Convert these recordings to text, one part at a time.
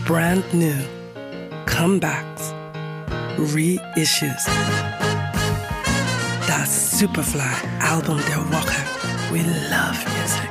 brand new, comebacks, reissues. Das Superfly-Album der Woche. We love music.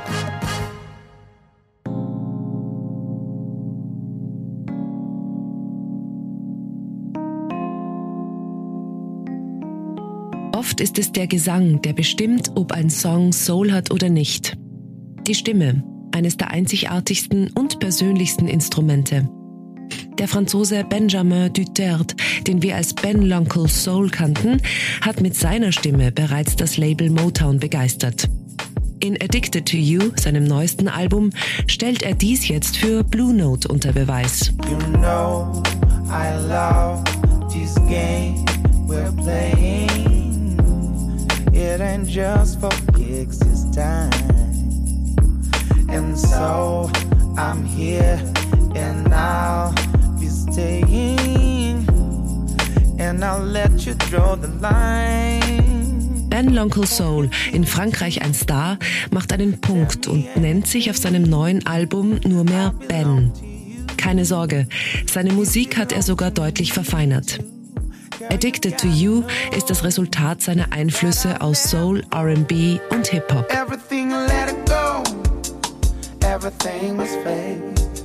Oft ist es der Gesang, der bestimmt, ob ein Song Soul hat oder nicht. Die Stimme, eines der einzigartigsten und persönlichsten Instrumente. Der Franzose Benjamin Duterte, den wir als Ben l'Oncle Soul kannten, hat mit seiner Stimme bereits das Label Motown begeistert. In Addicted to You, seinem neuesten Album, stellt er dies jetzt für Blue Note unter Beweis. You know, I love this game we're playing. It ain't just for kicks this time. And so I'm here and I'll be staying. And I'll let you draw the line. Ben l'Oncle Soul, in Frankreich ein Star, macht einen Punkt und nennt sich auf seinem neuen Album nur mehr Ben. Keine Sorge, seine Musik hat er sogar deutlich verfeinert. Addicted to You ist das Resultat seiner Einflüsse aus Soul, R&B und Hip-Hop. Everything let it go. Everything was fake.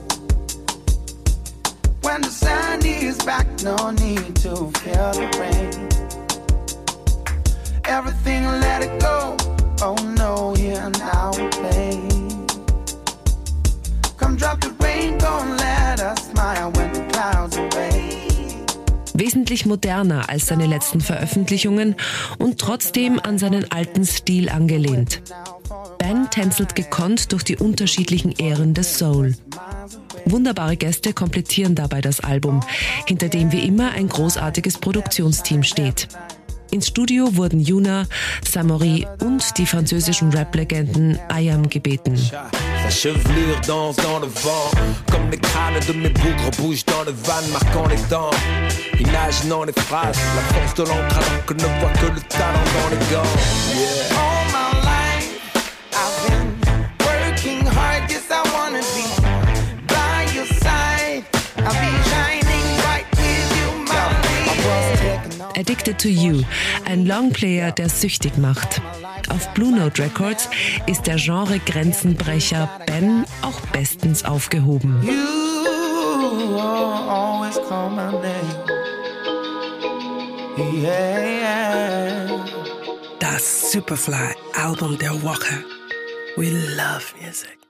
When the sun is back, no need to feel the rain. Everything let it go. Oh no, here now we play. Come drop the rain, don't let us smile when the clouds away. Wesentlich moderner als seine letzten Veröffentlichungen und trotzdem an seinen alten Stil angelehnt. Ben tänzelt gekonnt durch die unterschiedlichen Ähren des Soul. Wunderbare Gäste komplettieren dabei das Album, hinter dem wie immer ein großartiges Produktionsteam steht. Ins Studio wurden Yuna, Samori und die französischen Rap-Legenden Ayam gebeten. Sa chevelure danse dans le vent, comme les crânes de mes bougres bougent dans le van, marquant les dents, imaginant les phrases, la force de l'encre alors que ne voit que le talent dans les gants. Yeah. All my life I've been working hard, yes I wanna be by your side. I'll be shining bright with you, my lady. Addicted to You, ein Longplayer, der süchtig macht. Auf Blue Note Records ist der Genre-Grenzenbrecher Ben auch bestens aufgehoben. You always call my name. Yeah. Das Superfly-Album der Woche. We love music.